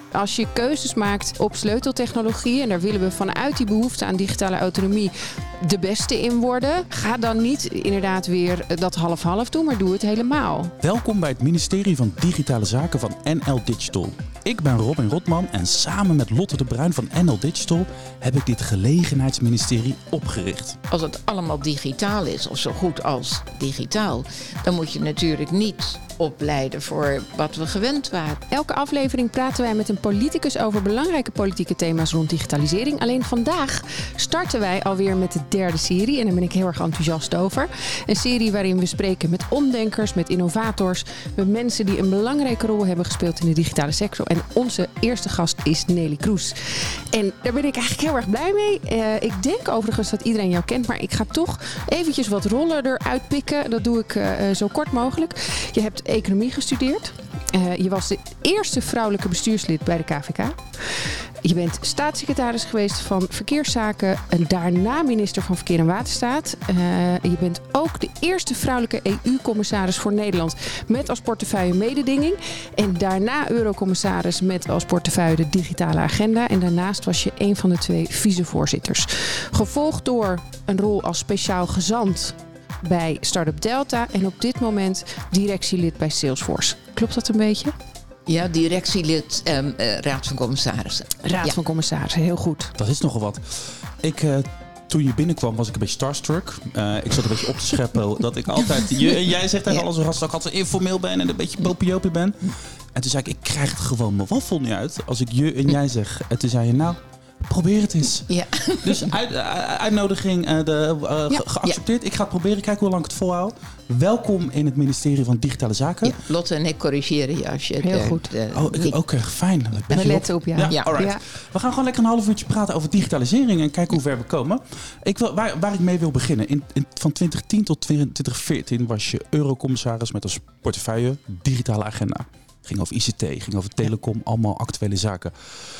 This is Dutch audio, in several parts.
Als je keuzes maakt op sleuteltechnologie, en daar willen we vanuit die behoefte aan digitale autonomie de beste in worden, ga dan niet inderdaad weer dat half-half doen, maar doe het helemaal. Welkom bij het ministerie van Digitale Zaken van NL Digital. Ik ben Robin Rotman en samen met Lotte de Bruin van NL Digital heb ik dit gelegenheidsministerie opgericht. Als het allemaal digitaal is, of zo goed als digitaal, dan moet je natuurlijk niet opleiden voor wat we gewend waren. Elke aflevering praten wij met een politicus over belangrijke politieke thema's rond digitalisering. Alleen vandaag starten wij alweer met de derde serie en daar ben ik heel erg enthousiast over. Een serie waarin we spreken met omdenkers, met innovators, met mensen die een belangrijke rol hebben gespeeld in de digitale sector. En onze eerste gast is Neelie Kroes. En daar ben ik eigenlijk heel erg blij mee. Ik denk overigens dat iedereen jou kent, maar ik ga toch eventjes wat rollen eruit pikken. Dat doe ik zo kort mogelijk. Je hebt economie gestudeerd. Je was de eerste vrouwelijke bestuurslid bij de KVK. Je bent staatssecretaris geweest van Verkeerszaken en daarna minister van Verkeer en Waterstaat. Je bent ook de eerste vrouwelijke EU-commissaris voor Nederland met als portefeuille mededinging. En daarna eurocommissaris met als portefeuille de digitale agenda. En daarnaast was je een van de 2 vicevoorzitters. Gevolgd door een rol als speciaal gezant bij Startup Delta en op dit moment directielid bij Salesforce. Klopt dat een beetje? Ja, directielid Raad van Commissarissen. Raad van Commissarissen, heel goed. Dat is nogal wat. Toen je binnenkwam was ik een beetje starstruck. Ik zat een beetje op te scheppen dat ik altijd... Jij zegt tegen alle gasten dat ik altijd informeel ben en een beetje popiopie ben. En toen zei ik krijg het gewoon mijn waffel niet uit als ik je en jij zeg. En toen zei je, nou, probeer het eens. Ja. Dus uitnodiging geaccepteerd. Ik ga het proberen, kijken hoe lang ik het volhoud. Welkom in het ministerie van Digitale Zaken. Ja, Lotte en ik corrigeren je als je het heel goed. Oké, fijn. We letten op, ja. Alright. Ja. We gaan gewoon lekker een half uurtje praten over digitalisering en kijken hoe ver we komen. Waar ik mee wil beginnen. Van 2010 tot 2014 was je eurocommissaris met als portefeuille digitale agenda. Ging over ICT, ging over telecom, allemaal actuele zaken.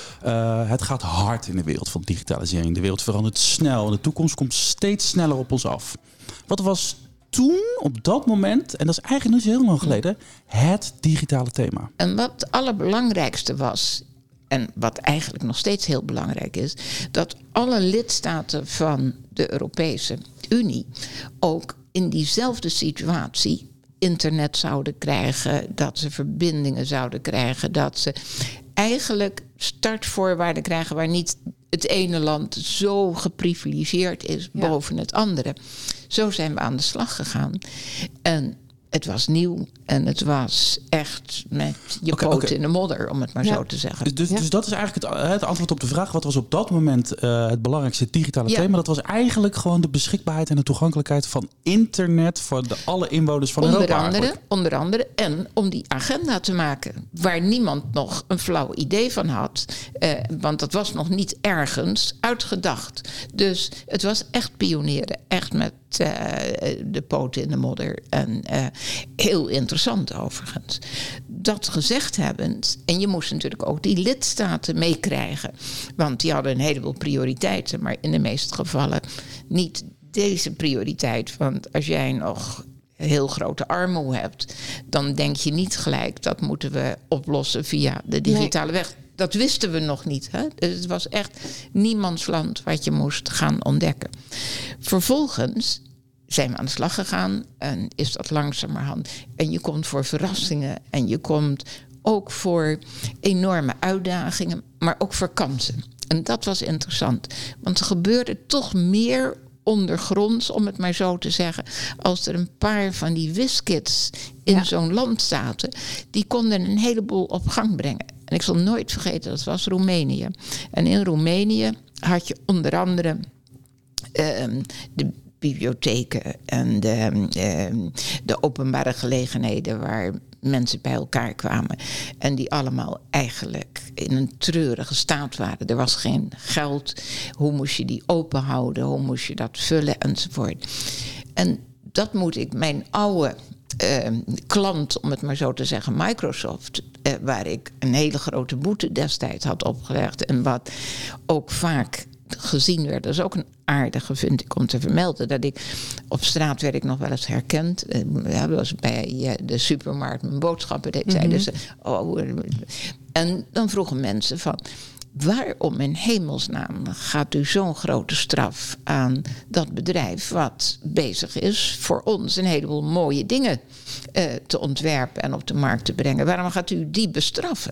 Het gaat hard in de wereld van digitalisering. De wereld verandert snel en de toekomst komt steeds sneller op ons af. Wat was toen, op dat moment, en dat is eigenlijk niet zo heel lang geleden, het digitale thema? En wat het allerbelangrijkste was, en wat eigenlijk nog steeds heel belangrijk is, dat alle lidstaten van de Europese Unie ook in diezelfde situatie internet zouden krijgen, dat ze verbindingen zouden krijgen, dat ze eigenlijk startvoorwaarden krijgen waar niet het ene land zo geprivilegeerd is boven het andere. Zo zijn we aan de slag gegaan. En het was nieuw en het was echt met je poot in de modder, om het maar zo te zeggen. Dus dat is eigenlijk het antwoord op de vraag. Wat was op dat moment het belangrijkste digitale thema? Dat was eigenlijk gewoon de beschikbaarheid en de toegankelijkheid van internet voor alle inwoners van Europa. Onder andere. En om die agenda te maken waar niemand nog een flauw idee van had. Want dat was nog niet ergens uitgedacht. Dus het was echt pionieren. Echt met de poten in de modder. En heel interessant overigens. Dat gezegd hebbend, en je moest natuurlijk ook die lidstaten meekrijgen. Want die hadden een heleboel prioriteiten, maar in de meeste gevallen niet deze prioriteit. Want als jij nog heel grote armoede hebt, dan denk je niet gelijk dat moeten we oplossen via de digitale weg. Dat wisten we nog niet. Hè? Dus het was echt niemandsland wat je moest gaan ontdekken. Vervolgens zijn we aan de slag gegaan en is dat langzamerhand. En je komt voor verrassingen en je komt ook voor enorme uitdagingen, maar ook voor kansen. En dat was interessant, want er gebeurde toch meer ondergronds, om het maar zo te zeggen, als er een paar van die whiskits in zo'n land zaten, die konden een heleboel op gang brengen. En ik zal nooit vergeten, dat was Roemenië. En in Roemenië had je onder andere de bibliotheken en de openbare gelegenheden waar mensen bij elkaar kwamen. En die allemaal eigenlijk in een treurige staat waren. Er was geen geld. Hoe moest je die open houden? Hoe moest je dat vullen? Enzovoort. En dat moet ik mijn oude klant, om het maar zo te zeggen, Microsoft, waar ik een hele grote boete destijds had opgelegd en wat ook vaak gezien werd. Dat is ook een aardige, vind ik, om te vermelden. Dat ik op straat werd ik nog wel eens herkend. Dat was bij de supermarkt mijn boodschappen deed. Zeiden ze, En dan vroegen mensen van, waarom in hemelsnaam gaat u zo'n grote straf aan dat bedrijf wat bezig is voor ons een heleboel mooie dingen te ontwerpen en op de markt te brengen? Waarom gaat u die bestraffen?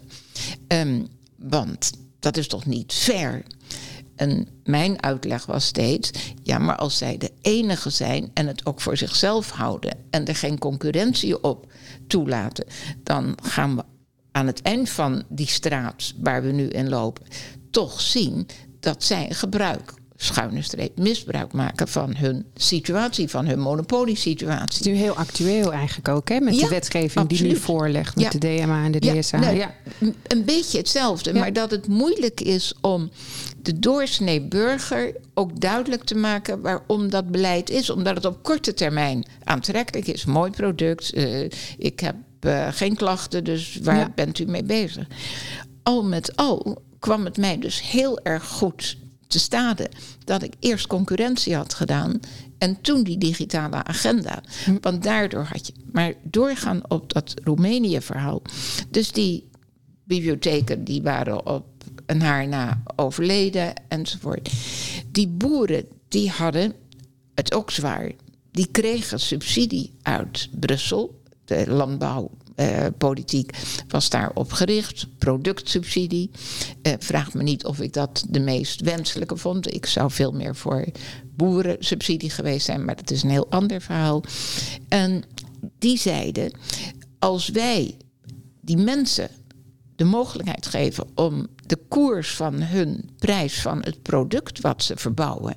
Want dat is toch niet fair? En mijn uitleg was steeds, ja, maar als zij de enige zijn en het ook voor zichzelf houden en er geen concurrentie op toelaten, dan gaan we aan het eind van die straat waar we nu in lopen toch zien dat zij misbruik maken van hun situatie, van hun monopoliesituatie. Het is nu heel actueel eigenlijk ook, hè? Met de wetgeving absoluut. Die nu voorlegt met de DMA en de DSA. Een beetje hetzelfde, maar dat het moeilijk is om de doorsnee burger ook duidelijk te maken waarom dat beleid is. Omdat het op korte termijn aantrekkelijk is. Mooi product, ik heb geen klachten, dus waar bent u mee bezig? Al met al kwam het mij dus heel erg goed te stade dat ik eerst concurrentie had gedaan en toen die digitale agenda. Want daardoor had je maar doorgaan op dat Roemenië-verhaal. Dus die bibliotheken die waren op een haar na overleden enzovoort. Die boeren die hadden het ook zwaar. Die kregen subsidie uit Brussel. De landbouwpolitiek was daarop gericht. Productsubsidie. Vraag me niet of ik dat de meest wenselijke vond. Ik zou veel meer voor boerensubsidie geweest zijn. Maar dat is een heel ander verhaal. En die zeiden, als wij die mensen de mogelijkheid geven om de koers van hun prijs van het product wat ze verbouwen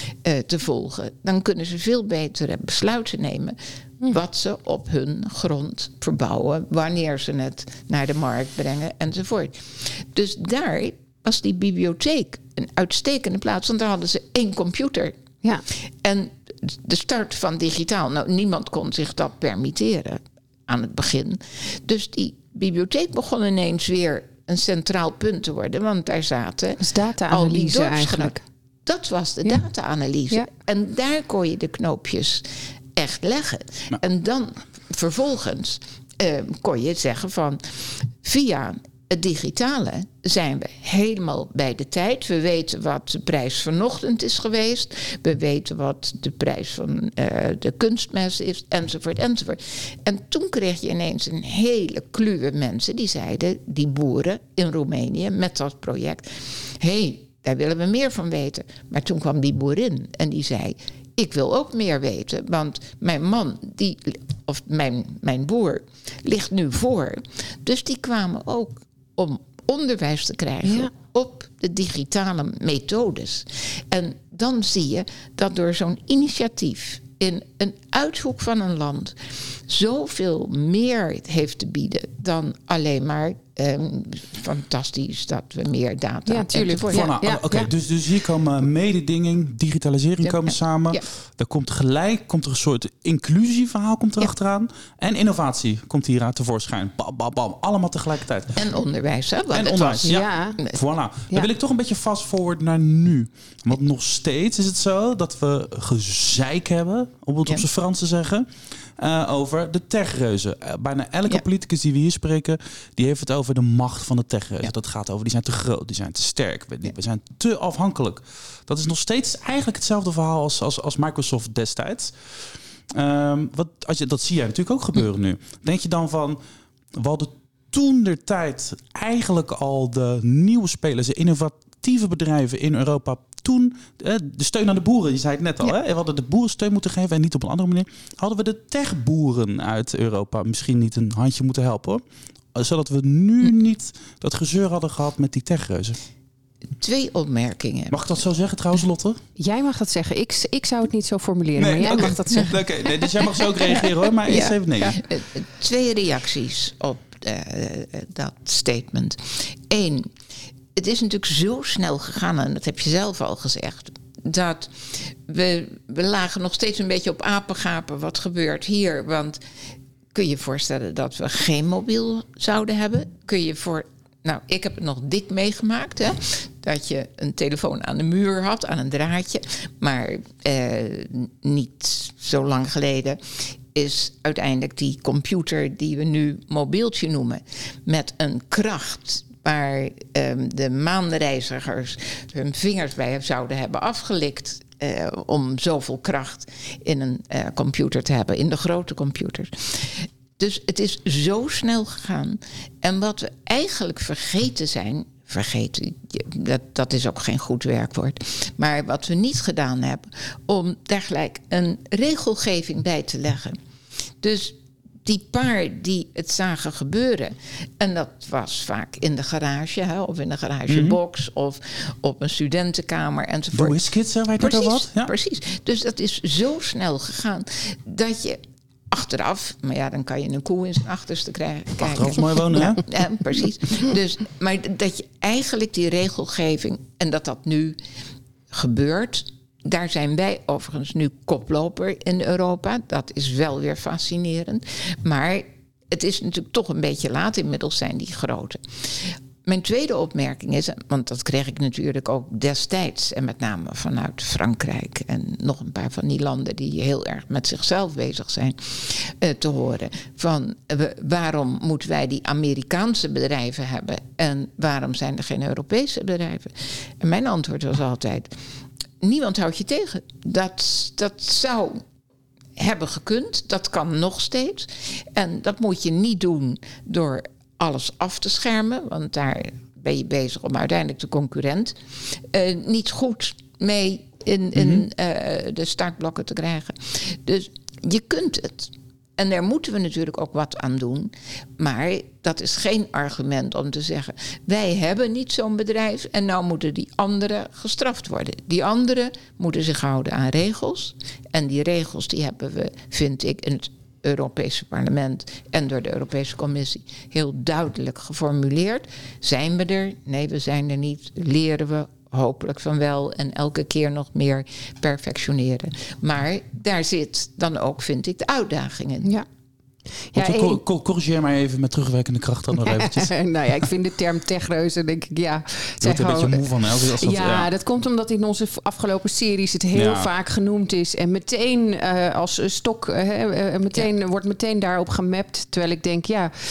te volgen, dan kunnen ze veel betere besluiten nemen wat ze op hun grond verbouwen, wanneer ze het naar de markt brengen enzovoort. Dus daar was die bibliotheek een uitstekende plaats, want daar hadden ze 1 computer. Ja. En de start van digitaal, nou, niemand kon zich dat permitteren aan het begin. Dus die bibliotheek begon ineens weer een centraal punt te worden, want daar zaten dus data-analyse eigenlijk. Dat was de data-analyse. Ja. En daar kon je de knoopjes echt leggen. Maar en dan vervolgens kon je zeggen van, via het digitale zijn we helemaal bij de tijd. We weten wat de prijs vanochtend is geweest. We weten wat de prijs van de kunstmest is, enzovoort, enzovoort. En toen kreeg je ineens een hele kluwe mensen die zeiden, die boeren in Roemenië met dat project, daar willen we meer van weten. Maar toen kwam die boerin en die zei, ik wil ook meer weten, want mijn man, mijn boer, ligt nu voor. Dus die kwamen ook om onderwijs te krijgen op de digitale methodes. En dan zie je dat door zo'n initiatief in een uithoek van een land zoveel meer heeft te bieden dan alleen maar fantastisch dat we meer data... Ja, tuurlijk. Dus hier komen mededinging, digitalisering komen samen. Ja. Er komt er een soort inclusieverhaal achteraan. En innovatie komt hier aan tevoorschijn. Bam, bam, bam. Allemaal tegelijkertijd. En onderwijs. Hè? En onderwijs, Voilà. Dan wil ik toch een beetje fast forward naar nu. Want nog steeds is het zo dat we gezeik hebben, om het op zijn Frans te zeggen, over de techreuzen. Bijna elke politicus die we hier spreken, die heeft het over de macht van de techreuzen. Dat gaat over, die zijn te groot, die zijn te sterk. We zijn te afhankelijk. Dat is nog steeds eigenlijk hetzelfde verhaal als Microsoft destijds. Dat zie jij natuurlijk ook gebeuren nu. Denk je dan van, we hadden toentertijd eigenlijk al de nieuwe spelers, de innovatieve bedrijven in Europa, toen de steun aan de boeren, je zei het net al, hè? We hadden de boeren steun moeten geven en niet op een andere manier. Hadden we de techboeren uit Europa misschien niet een handje moeten helpen, hoor? Zodat we nu niet dat gezeur hadden gehad met die techreuzen. 2 opmerkingen. Mag ik dat zo zeggen trouwens, Lotte? Jij mag dat zeggen. Ik zou het niet zo formuleren, maar jij mag dat zeggen. Dus jij mag zo ook reageren, hoor. Maar eerst even nee. 2 reacties op dat statement. 1. Het is natuurlijk zo snel gegaan, en dat heb je zelf al gezegd, dat we lagen nog steeds een beetje op apengapen. Wat gebeurt hier? Want kun je je voorstellen dat we geen mobiel zouden hebben? Ik heb het nog dik meegemaakt, hè? Dat je een telefoon aan de muur had, aan een draadje. Maar niet zo lang geleden is uiteindelijk die computer die we nu mobieltje noemen, met een kracht waar de maanreizigers hun vingers bij zouden hebben afgelikt om zoveel kracht in een computer te hebben, in de grote computers. Dus het is zo snel gegaan. En wat we eigenlijk vergeten, dat is ook geen goed werkwoord. Maar wat we niet gedaan hebben, om daar gelijk een regelgeving bij te leggen. Dus die paar die het zagen gebeuren, en dat was vaak in de garage, of in de garagebox, of op een studentenkamer enzovoort. De WizKids, weet je dat wat? Ja. Precies. Dus dat is zo snel gegaan dat je achteraf, maar ja, dan kan je een koe in zijn achterste krijgen. Achteraf mooi wonen, hè? Ja, precies. Dus, maar dat je eigenlijk die regelgeving, en dat nu gebeurt, daar zijn wij overigens nu koploper in Europa. Dat is wel weer fascinerend. Maar het is natuurlijk toch een beetje laat. Inmiddels zijn die grote. Mijn tweede opmerking is, want dat kreeg ik natuurlijk ook destijds, en met name vanuit Frankrijk en nog een paar van die landen die heel erg met zichzelf bezig zijn, te horen. Van waarom moeten wij die Amerikaanse bedrijven hebben en waarom zijn er geen Europese bedrijven? En mijn antwoord was altijd: niemand houdt je tegen. Dat zou hebben gekund. Dat kan nog steeds. En dat moet je niet doen door alles af te schermen. Want daar ben je bezig om uiteindelijk de concurrent niet goed mee in de startblokken te krijgen. Dus je kunt het. En daar moeten we natuurlijk ook wat aan doen. Maar dat is geen argument om te zeggen: wij hebben niet zo'n bedrijf en nou moeten die anderen gestraft worden. Die anderen moeten zich houden aan regels. En die regels die hebben we, vind ik, in het Europese parlement en door de Europese Commissie heel duidelijk geformuleerd. Zijn we er? Nee, we zijn er niet. Leren we? Hopelijk van wel, en elke keer nog meer perfectioneren. Maar daar zit dan ook, vind ik, de uitdaging in. Ja. Corrigeer mij even met terugwerkende kracht dan nog eventjes. Nou ja, ik vind de term techreuzen, denk ik, ja. Ik word er een beetje moe van. Dat komt omdat in onze afgelopen series het heel vaak genoemd is. En meteen als stok, wordt meteen daarop gemapt. Terwijl ik denk,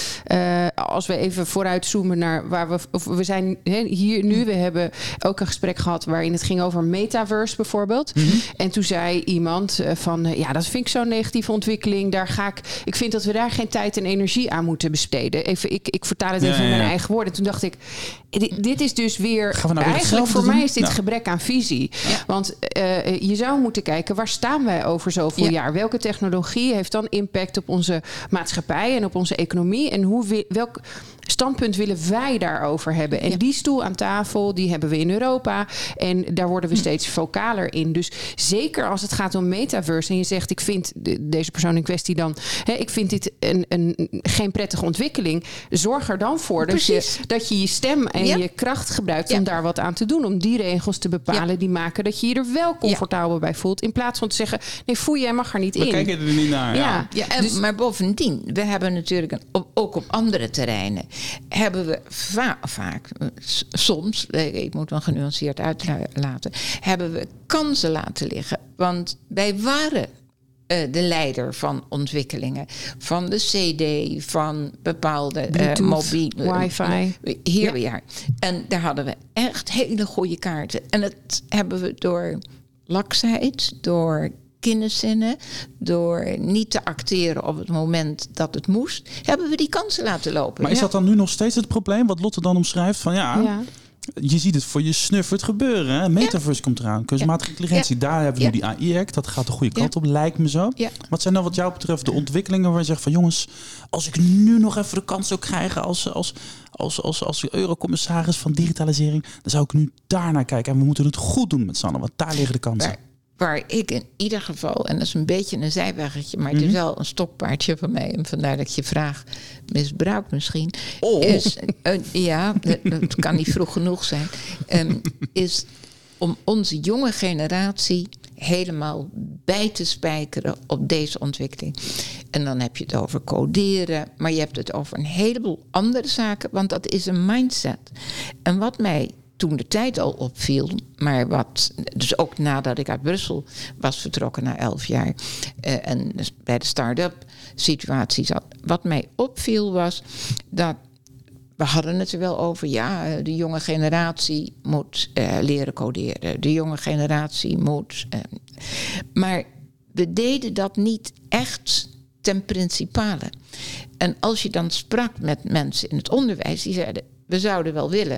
als we even vooruitzoomen naar waar we zijn hier nu. We hebben ook een gesprek gehad waarin het ging over metaverse bijvoorbeeld. Mm-hmm. En toen zei iemand dat vind ik zo'n negatieve ontwikkeling. Ik vind dat we daar geen tijd en energie aan moeten besteden. Ik vertaal het even in mijn eigen woorden. Toen dacht ik, dit is dus weer eigenlijk voor mij is dit gebrek aan visie. Ja. Want je zou moeten kijken, waar staan wij over zoveel jaar? Welke technologie heeft dan impact op onze maatschappij en op onze economie? En welk standpunt willen wij daarover hebben? En die stoel aan tafel, die hebben we in Europa. En daar worden we steeds vocaler in. Dus zeker als het gaat om metaverse en je zegt, ik vind deze persoon in kwestie dan, ik vind dit geen prettige ontwikkeling. Zorg er dan voor dat je je stem en je kracht gebruikt om daar wat aan te doen. Om die regels te bepalen die maken dat je je er wel comfortabel bij voelt. In plaats van te zeggen, nee, foei, jij mag er niet in. We kijken er niet naar. Maar bovendien, we hebben natuurlijk ook op andere terreinen hebben we vaak, soms, ik moet wel genuanceerd uitlaten, hebben we kansen laten liggen. Want wij waren de leider van ontwikkelingen. Van de CD, van bepaalde mobiele wifi. Here we are. En daar hadden we echt hele goede kaarten. En dat hebben we door laksheid, door kinderzinnen, door niet te acteren op het moment dat het moest, hebben we die kansen laten lopen. Maar is dat dan nu nog steeds het probleem? Wat Lotte dan omschrijft van je ziet het voor je snuffert gebeuren. Hè? Metaverse komt eraan. Kunstmatige intelligentie. Daar hebben we nu die AI-act. Dat gaat de goede kant op, lijkt me zo. Ja. Wat zijn nou wat jou betreft de ontwikkelingen waar je zegt van jongens, als ik nu nog even de kans zou krijgen als eurocommissaris van digitalisering, dan zou ik nu daar naar kijken. En we moeten het goed doen met z'n allen, want daar liggen de kansen. Waar ik in ieder geval, en dat is een beetje een zijweggetje, maar het is wel een stokpaardje van mij, en vandaar dat ik je vraag misbruik misschien, is, dat kan niet vroeg genoeg zijn, is om onze jonge generatie helemaal bij te spijkeren op deze ontwikkeling. En dan heb je het over coderen, maar je hebt het over een heleboel andere zaken, want dat is een mindset. En wat mij toen de tijd al opviel, maar dus ook nadat ik uit Brussel was vertrokken na 11 jaar en bij de start-up situatie zat. Wat mij opviel was dat we hadden het er wel over. Ja, de jonge generatie moet leren coderen. De jonge generatie moet... maar we deden dat niet echt ten principale. En als je dan sprak met mensen in het onderwijs, die zeiden, we zouden wel willen.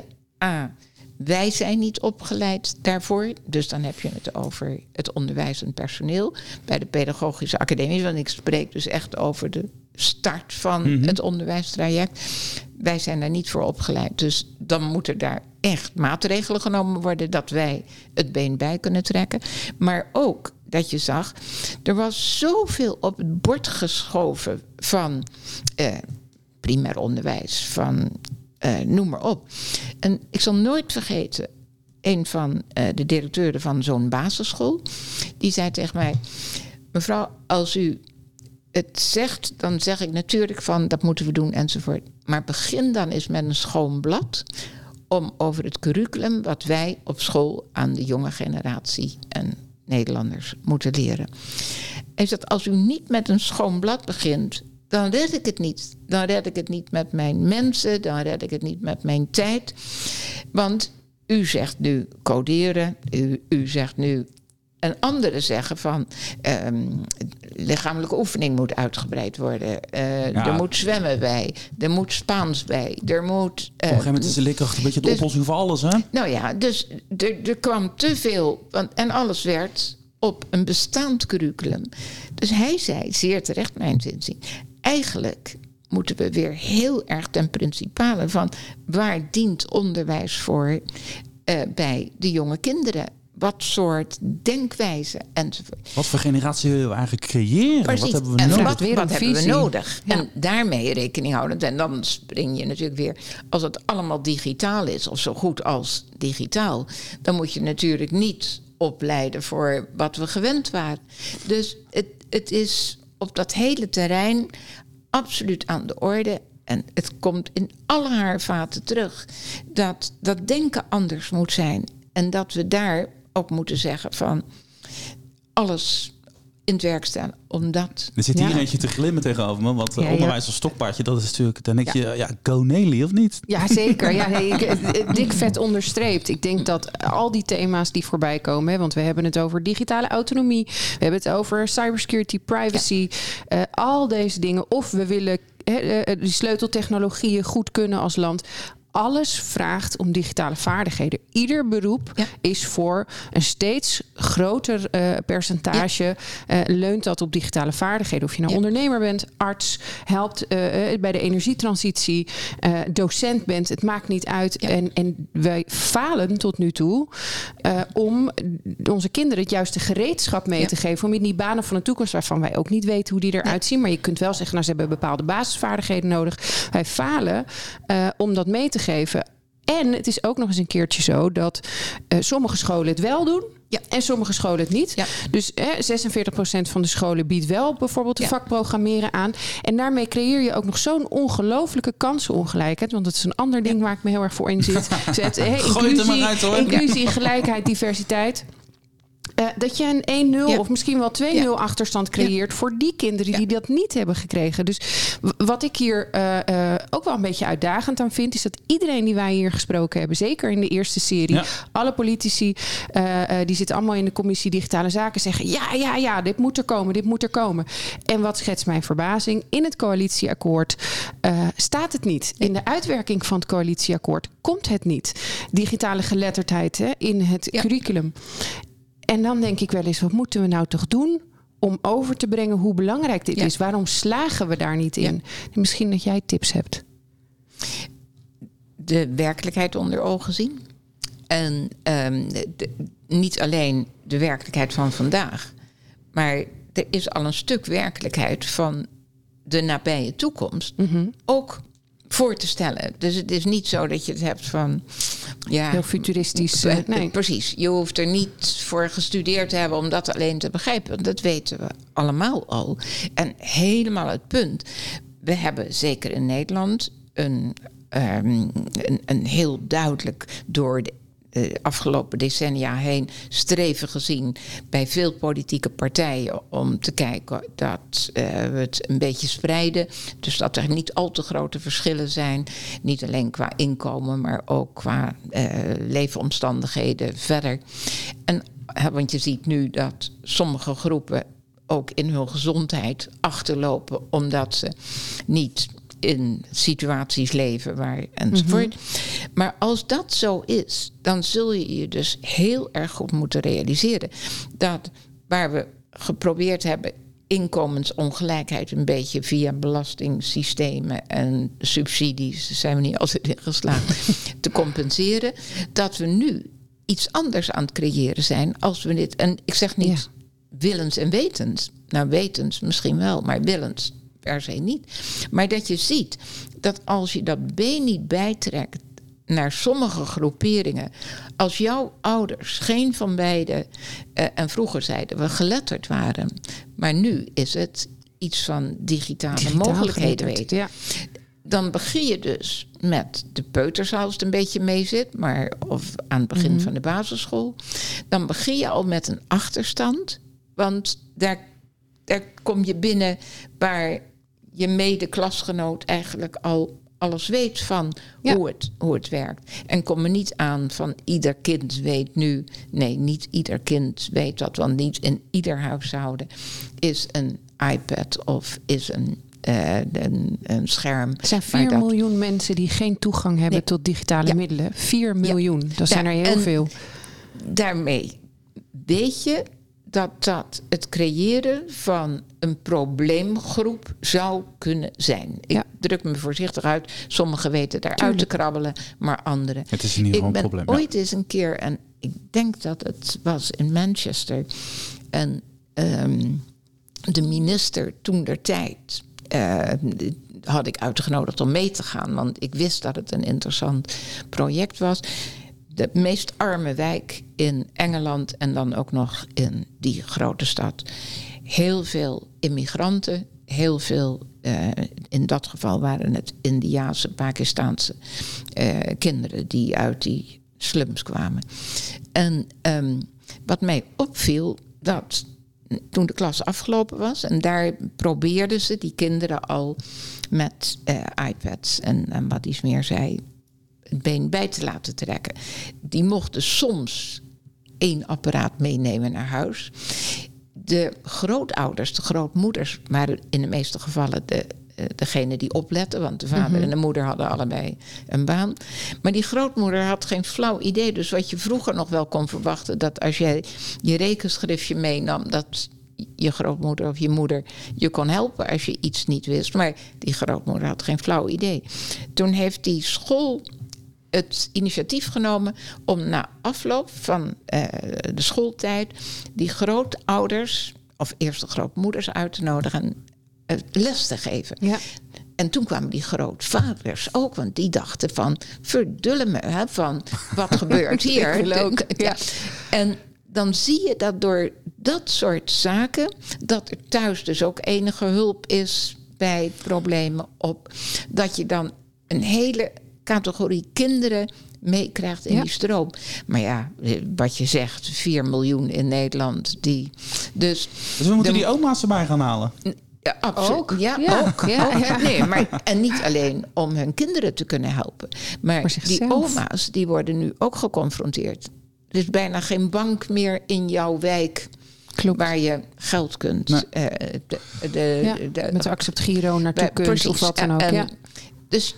Wij zijn niet opgeleid daarvoor. Dus dan heb je het over het onderwijzend personeel bij de pedagogische academie. Want ik spreek dus echt over de start van het onderwijstraject. Wij zijn daar niet voor opgeleid. Dus dan moeten daar echt maatregelen genomen worden dat wij het been bij kunnen trekken. Maar ook dat je zag, er was zoveel op het bord geschoven van primair onderwijs, van noem maar op. En ik zal nooit vergeten, een van de directeuren van zo'n basisschool, die zei tegen mij, mevrouw, als u het zegt, dan zeg ik natuurlijk van, dat moeten we doen enzovoort. Maar begin dan eens met een schoon blad om over het curriculum wat wij op school aan de jonge generatie en Nederlanders moeten leren. Hij zegt, als u niet met een schoon blad begint, dan red ik het niet. Dan red ik het niet met mijn mensen, dan red ik het niet met mijn tijd. Want u zegt nu coderen, u zegt nu... En anderen zeggen van, lichamelijke oefening moet uitgebreid worden. Er moet zwemmen bij, er moet Spaans bij, er moet... Op een gegeven moment is de leerkracht een beetje de oplossing voor alles, hè? Nou ja, dus er kwam te veel, en alles werd op een bestaand curriculum. Dus hij zei, zeer terecht mijn inzien, eigenlijk moeten we weer heel erg ten principale van, waar dient onderwijs voor bij de jonge kinderen? Wat soort denkwijze enzovoort. Wat voor generatie willen we eigenlijk creëren? Precies. Wat hebben we nodig? Wat hebben we nodig? Ja. En daarmee rekening houdend. En dan spring je natuurlijk weer, als het allemaal digitaal is, of zo goed als digitaal, dan moet je natuurlijk niet opleiden voor wat we gewend waren. Dus het is op dat hele terrein absoluut aan de orde. En het komt in alle haarvaten terug dat denken anders moet zijn. En dat we daar ook moeten zeggen van alles in het werk staan. Omdat... Er zit hier eentje te glimmen tegenover me. Want onderwijs als stokpaardje, dat is natuurlijk... Dan denk je, go Nelly, of niet? Ja, zeker. Dik vet onderstreept. Ik denk dat al die thema's die voorbij komen... Hè, want we hebben het over digitale autonomie. We hebben het over cybersecurity, privacy. Al deze dingen. Of we willen die sleuteltechnologieën goed kunnen als land... Alles vraagt om digitale vaardigheden. Ieder beroep is voor een steeds groter percentage... leunt dat op digitale vaardigheden. Of je nou ondernemer bent, arts, helpt bij de energietransitie... docent bent, het maakt niet uit. Ja. En wij falen tot nu toe... om onze kinderen het juiste gereedschap mee te geven... om in die banen van de toekomst... waarvan wij ook niet weten hoe die eruit zien... maar je kunt wel zeggen, nou, ze hebben bepaalde basisvaardigheden nodig. Wij falen om dat mee te geven. En het is ook nog eens een keertje zo dat sommige scholen het wel doen en sommige scholen het niet. Ja. Dus 46% van de scholen biedt wel bijvoorbeeld de vak programmeren aan. En daarmee creëer je ook nog zo'n ongelooflijke kansenongelijkheid. Want dat is een ander ding waar ik me heel erg voor in zit. Inclusie, gelijkheid, diversiteit. Dat je een 1-0 of misschien wel 2-0 achterstand creëert... voor die kinderen die dat niet hebben gekregen. Dus wat ik hier ook wel een beetje uitdagend aan vind... is dat iedereen die wij hier gesproken hebben... zeker in de eerste serie... alle politici, die zitten allemaal in de commissie Digitale Zaken... zeggen dit moet er komen. En wat schetst mijn verbazing? In het coalitieakkoord staat het niet. In de uitwerking van het coalitieakkoord komt het niet. Digitale geletterdheid in het curriculum... En dan denk ik wel eens, wat moeten we nou toch doen om over te brengen hoe belangrijk dit is? Waarom slagen we daar niet in? Misschien dat jij tips hebt. De werkelijkheid onder ogen zien. En niet alleen de werkelijkheid van vandaag. Maar er is al een stuk werkelijkheid van de nabije toekomst. Ook voor te stellen. Dus het is niet zo dat je het hebt van... heel futuristisch. Nee. Precies. Je hoeft er niet voor gestudeerd te hebben om dat alleen te begrijpen. Want dat weten we allemaal al. En helemaal het punt. We hebben zeker in Nederland een heel duidelijk door de afgelopen decennia heen streven gezien bij veel politieke partijen om te kijken dat we het een beetje spreiden. Dus dat er niet al te grote verschillen zijn. Niet alleen qua inkomen, maar ook qua leefomstandigheden verder. Want je ziet nu dat sommige groepen ook in hun gezondheid achterlopen omdat ze niet in situaties leven waar enzovoort. Maar als dat zo is, dan zul je je dus heel erg goed moeten realiseren dat waar we geprobeerd hebben inkomensongelijkheid een beetje via belastingssystemen en subsidies, daar zijn we niet altijd in geslaagd, te compenseren, dat we nu iets anders aan het creëren zijn als we dit, en ik zeg niet willens en wetens, nou wetens misschien wel, maar willens per se niet. Maar dat je ziet dat als je dat been niet bijtrekt naar sommige groeperingen, als jouw ouders geen van beide, en vroeger zeiden we geletterd waren, maar nu is het iets van digitale mogelijkheden weten. Ja. Dan begin je dus met de peuters als het een beetje mee zit, maar of aan het begin van de basisschool. Dan begin je al met een achterstand, want daar kom je binnen waar je mede-klasgenoot eigenlijk al alles weet van hoe het werkt. En kom er niet aan van ieder kind weet nu. Nee, niet ieder kind weet dat, want niet in ieder huishouden is een iPad of is een scherm. Er zijn 4 miljoen mensen die geen toegang hebben tot digitale middelen. 4 miljoen, dat zijn er heel veel. Daarmee weet je dat het creëren van een probleemgroep zou kunnen zijn. Ik druk me voorzichtig uit. Sommigen weten daaruit te krabbelen, maar anderen. Het is in ieder geval een probleem. Ik ben ooit eens een keer, en ik denk dat het was in Manchester, en de minister toentertijd had ik uitgenodigd om mee te gaan, want ik wist dat het een interessant project was. De meest arme wijk in Engeland en dan ook nog in die grote stad. Heel veel immigranten, heel veel, in dat geval waren het Indiase, Pakistaanse kinderen die uit die slums kwamen. En wat mij opviel, dat toen de klas afgelopen was, en daar probeerden ze die kinderen al met iPads en wat iets meer zei, het been bij te laten trekken. Die mochten soms 1 apparaat meenemen naar huis. De grootouders, de grootmoeders, waren in de meeste gevallen degene die opletten, want de vader en de moeder hadden allebei een baan. Maar die grootmoeder had geen flauw idee. Dus wat je vroeger nog wel kon verwachten, dat als jij je rekenschriftje meenam, dat je grootmoeder of je moeder je kon helpen als je iets niet wist. Maar die grootmoeder had geen flauw idee. Toen heeft die school het initiatief genomen om na afloop van de schooltijd die grootouders of eerst de grootmoeders uit te nodigen en les te geven. Ja. En toen kwamen die grootvaders ook, want die dachten van verdulle me, hè, van wat gebeurt hier? Ja. En dan zie je dat door dat soort zaken, dat er thuis dus ook enige hulp is bij problemen op, dat je dan een hele categorie kinderen meekrijgt in die stroom. Maar ja, wat je zegt, 4 miljoen in Nederland. Dus we moeten die oma's erbij gaan halen. Ja, absoluut. Ook. Ja. Nee, maar, en niet alleen om hun kinderen te kunnen helpen. Maar die oma's, die worden nu ook geconfronteerd. Er is bijna geen bank meer in jouw wijk. Klopt. Waar je geld kunt. Met de Accept Giro naartoe kunt. Precies, of wat dan ook. Dus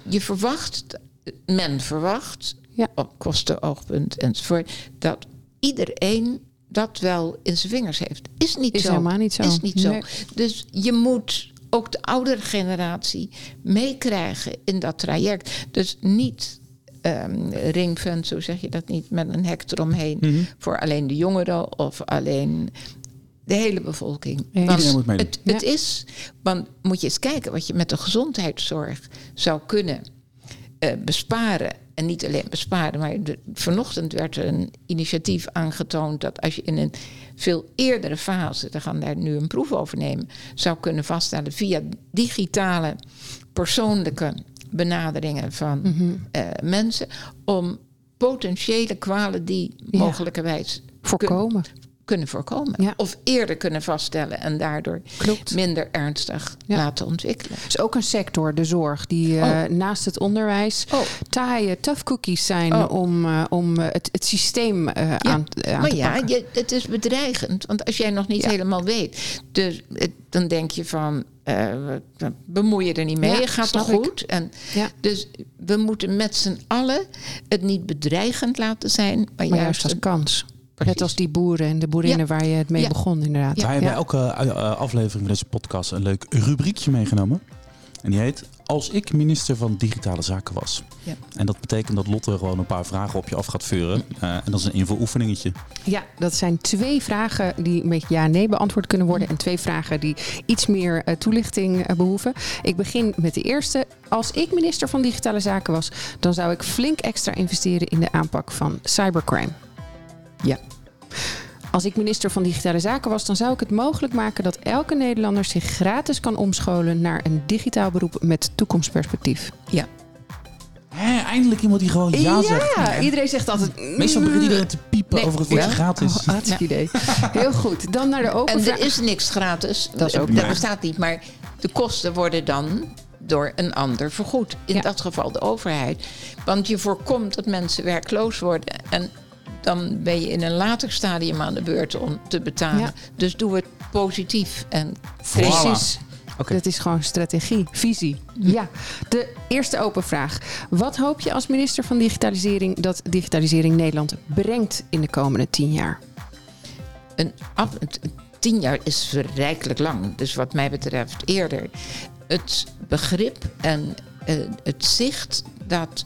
men verwacht, op kostenoogpunt enzovoort, dat iedereen dat wel in zijn vingers heeft. Is niet zo. Helemaal niet zo. Is niet zo. Dus je moet ook de oudere generatie meekrijgen in dat traject. Dus niet ringfence, zo zeg je dat niet, met een hek eromheen voor alleen de jongeren of alleen de hele bevolking. Ja. Iedereen moet meedoen. Het is, want moet je eens kijken wat je met de gezondheidszorg zou kunnen besparen. En niet alleen besparen, maar vanochtend werd er een initiatief aangetoond dat als je in een veel eerdere fase, we gaan daar nu een proef over nemen, zou kunnen vaststellen via digitale persoonlijke benaderingen van mensen, om potentiële kwalen die mogelijkerwijs kunnen voorkomen. Ja. Of eerder kunnen vaststellen en daardoor minder ernstig laten ontwikkelen. Dus ook een sector, de zorg, die naast het onderwijs taaie tough cookies zijn om het systeem aan te pakken. Het is bedreigend. Want als jij nog niet helemaal weet, dus dan denk je van bemoei je er niet mee, gaat toch goed? Dus we moeten met z'n allen het niet bedreigend laten zijn, maar juist als kans. Precies. Net als die boeren en de boerinnen waar je het mee begon inderdaad. Wij hebben bij elke aflevering van deze podcast een leuk rubriekje meegenomen. En die heet Als ik minister van Digitale Zaken was. Ja. En dat betekent dat Lotte gewoon een paar vragen op je af gaat vuren. En dat is een invuloefeningetje. Ja, dat zijn 2 vragen die met ja-nee beantwoord kunnen worden. En 2 vragen die iets meer toelichting behoeven. Ik begin met de eerste. Als ik minister van Digitale Zaken was, dan zou ik flink extra investeren in de aanpak van cybercrime. Ja. Als ik minister van Digitale Zaken was, dan zou ik het mogelijk maken dat elke Nederlander zich gratis kan omscholen naar een digitaal beroep met toekomstperspectief. Ja. Eindelijk iemand die gewoon zegt. Ja, iedereen zegt altijd... Meestal begint iedereen te piepen over het woordje gratis. Hartstikke idee. Heel goed. Dan naar de open vraag. En er is niks gratis. Dat bestaat niet. Maar de kosten worden dan door een ander vergoed. In dat geval de overheid. Want je voorkomt dat mensen werkloos worden. En dan ben je in een later stadium aan de beurt om te betalen. Ja. Dus doe het positief. En precies. Okay. Dat is gewoon strategie, visie. Ja, de eerste open vraag. Wat hoop je als minister van Digitalisering dat digitalisering Nederland brengt in de komende 10 jaar? 10 jaar is verrijkelijk lang. Dus wat mij betreft eerder. Het begrip en het zicht dat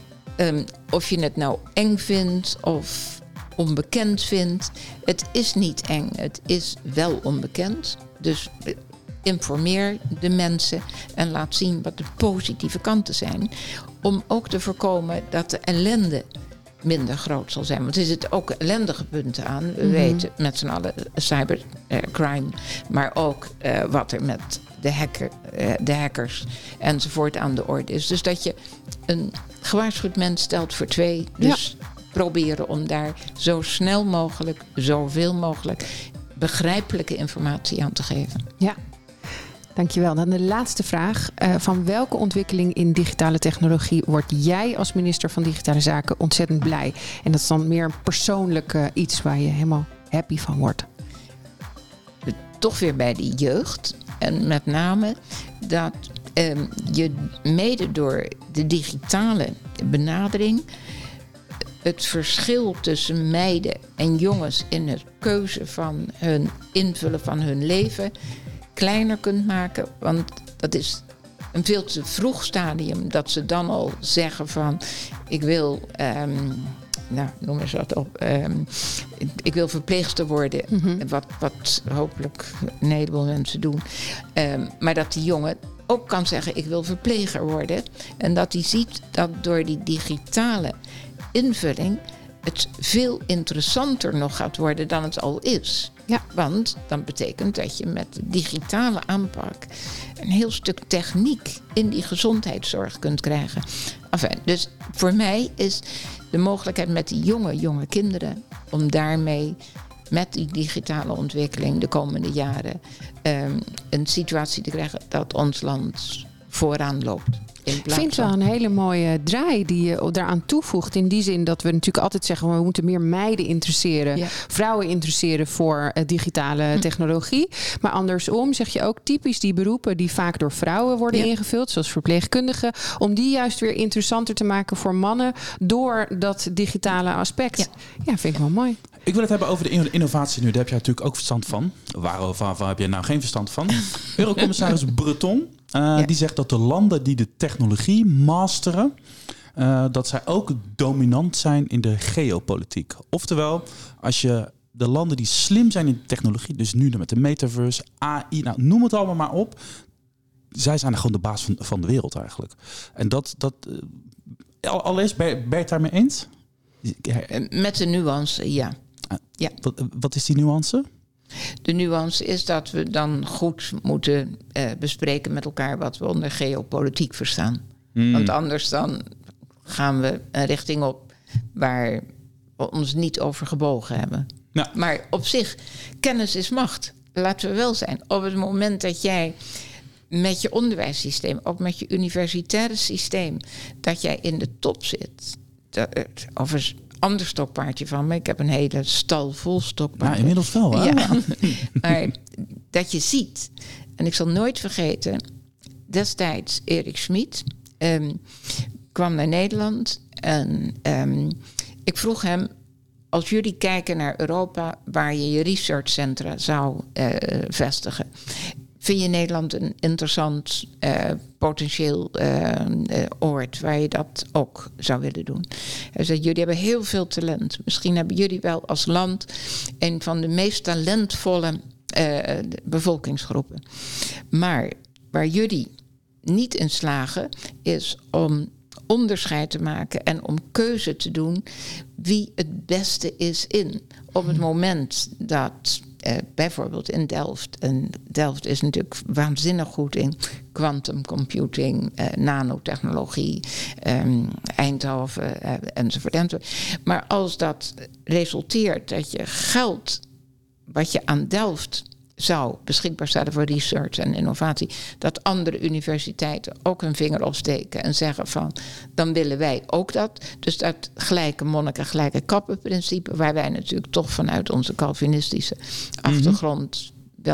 of je het nou eng vindt of onbekend vindt. Het is niet eng, het is wel onbekend. Dus informeer de mensen en laat zien wat de positieve kanten zijn. Om ook te voorkomen dat de ellende minder groot zal zijn. Want er zitten ook ellendige punten aan. We weten met z'n allen cybercrime. Maar ook wat er met de hackers enzovoort aan de orde is. Dus dat je een gewaarschuwd mens stelt voor 2. Dus proberen om daar zo snel mogelijk, zoveel mogelijk begrijpelijke informatie aan te geven. Ja. Dankjewel. Dan de laatste vraag. Van welke ontwikkeling in digitale technologie word jij als minister van Digitale Zaken ontzettend blij? En dat is dan meer persoonlijk iets waar je helemaal happy van wordt. Toch weer bij de jeugd. En met name dat je mede door de digitale benadering het verschil tussen meiden en jongens in het keuze van hun invullen van hun leven kleiner kunt maken. Want dat is een veel te vroeg stadium dat ze dan al zeggen van ik wil, noem eens wat op, ik wil verpleegster worden. Wat hopelijk een heleboel mensen doen. Maar dat die jongen ook kan zeggen ik wil verpleger worden. En dat hij ziet dat door die digitale invulling het veel interessanter nog gaat worden dan het al is. Ja. Want dan betekent dat je met de digitale aanpak een heel stuk techniek in die gezondheidszorg kunt krijgen. Enfin, dus voor mij is de mogelijkheid met die jonge kinderen om daarmee met die digitale ontwikkeling de komende jaren een situatie te krijgen dat ons land vooraan loopt. Ik vind het wel een hele mooie draai die je daaraan toevoegt. In die zin dat we natuurlijk altijd zeggen we moeten meer meiden interesseren. Ja. Vrouwen interesseren voor digitale technologie. Maar andersom zeg je ook typisch die beroepen die vaak door vrouwen worden ingevuld. Zoals verpleegkundigen. Om die juist weer interessanter te maken voor mannen. Door dat digitale aspect. Ja, vind ik wel mooi. Ik wil het hebben over de innovatie nu. Daar heb jij natuurlijk ook verstand van. Waarover heb jij nou geen verstand van? Eurocommissaris Breton. Die zegt dat de landen die de technologie masteren, dat zij ook dominant zijn in de geopolitiek. Oftewel, als je de landen die slim zijn in de technologie, dus nu met de metaverse, AI, nou, noem het allemaal maar op. Zij zijn gewoon de baas van de wereld eigenlijk. En dat allereerst, ben je het daarmee eens? Met de nuance, ja. Wat is die nuance? De nuance is dat we dan goed moeten bespreken met elkaar wat we onder geopolitiek verstaan. Want anders dan gaan we een richting op waar we ons niet over gebogen hebben. Ja. Maar op zich, kennis is macht. Laten we wel zijn. Op het moment dat jij met je onderwijssysteem, ook met je universitaire systeem, dat jij in de top zit. Of een ander stokpaardje van me. Ik heb een hele stal vol stokpaarden. Ja, inmiddels wel, hè? Ja. Maar dat je ziet. En ik zal nooit vergeten, destijds Erik Schmid kwam naar Nederland. En ik vroeg hem, als jullie kijken naar Europa, waar je researchcentra zou vestigen, vind je Nederland een interessant potentieel oord waar je dat ook zou willen doen? Hij zei, jullie hebben heel veel talent. Misschien hebben jullie wel als land een van de meest talentvolle bevolkingsgroepen. Maar waar jullie niet in slagen, is om onderscheid te maken en om keuze te doen wie het beste is in. Op het moment dat bijvoorbeeld in Delft, en Delft is natuurlijk waanzinnig goed in quantum computing, nanotechnologie, Eindhoven enzovoort. Maar als dat resulteert dat je geld wat je aan Delft zou beschikbaar stellen voor research en innovatie, dat andere universiteiten ook hun vinger opsteken en zeggen van, dan willen wij ook dat. Dus dat gelijke monniken, gelijke kappen principe, waar wij natuurlijk toch vanuit onze Calvinistische achtergrond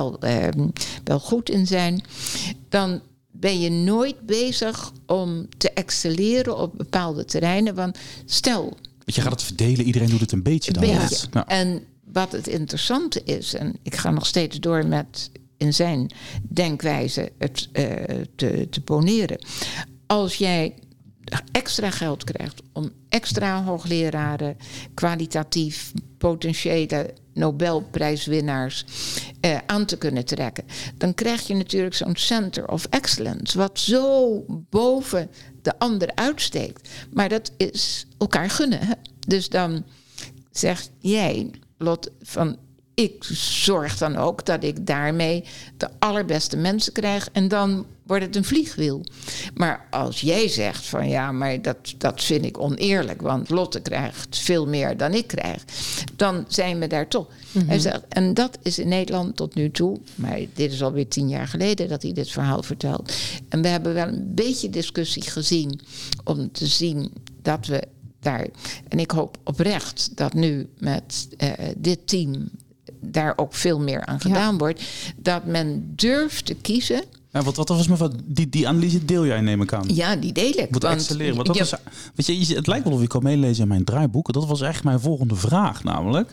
wel goed in zijn, dan ben je nooit bezig om te excelleren op bepaalde terreinen. Want stel, Je gaat het verdelen, iedereen doet het een beetje dan. beetje. Ja. En wat het interessante is, en ik ga nog steeds door met in zijn denkwijze het te poneren. Als jij extra geld krijgt om extra hoogleraren, kwalitatief potentiële Nobelprijswinnaars aan te kunnen trekken, dan krijg je natuurlijk zo'n center of excellence wat zo boven de ander uitsteekt. Maar dat is elkaar gunnen. Hè? Dus dan zeg jij, Lot, van ik zorg dan ook dat ik daarmee de allerbeste mensen krijg en dan wordt het een vliegwiel. Maar als jij zegt van ja, maar dat vind ik oneerlijk, want Lotte krijgt veel meer dan ik krijg, dan zijn we daar toch. Hij zegt, en dat is in Nederland tot nu toe, maar dit is alweer 10 jaar geleden dat hij dit verhaal vertelt. En we hebben wel een beetje discussie gezien om te zien dat we daar, en ik hoop oprecht dat nu met dit team daar ook veel meer aan gedaan wordt, dat men durft te kiezen. Ja, wat was die analyse deel jij, neem ik aan? Ja, die deel ik. Moet excelleren. Want dat was, weet je, het lijkt wel of je kan meelezen in mijn draaiboek. Dat was echt mijn volgende vraag namelijk.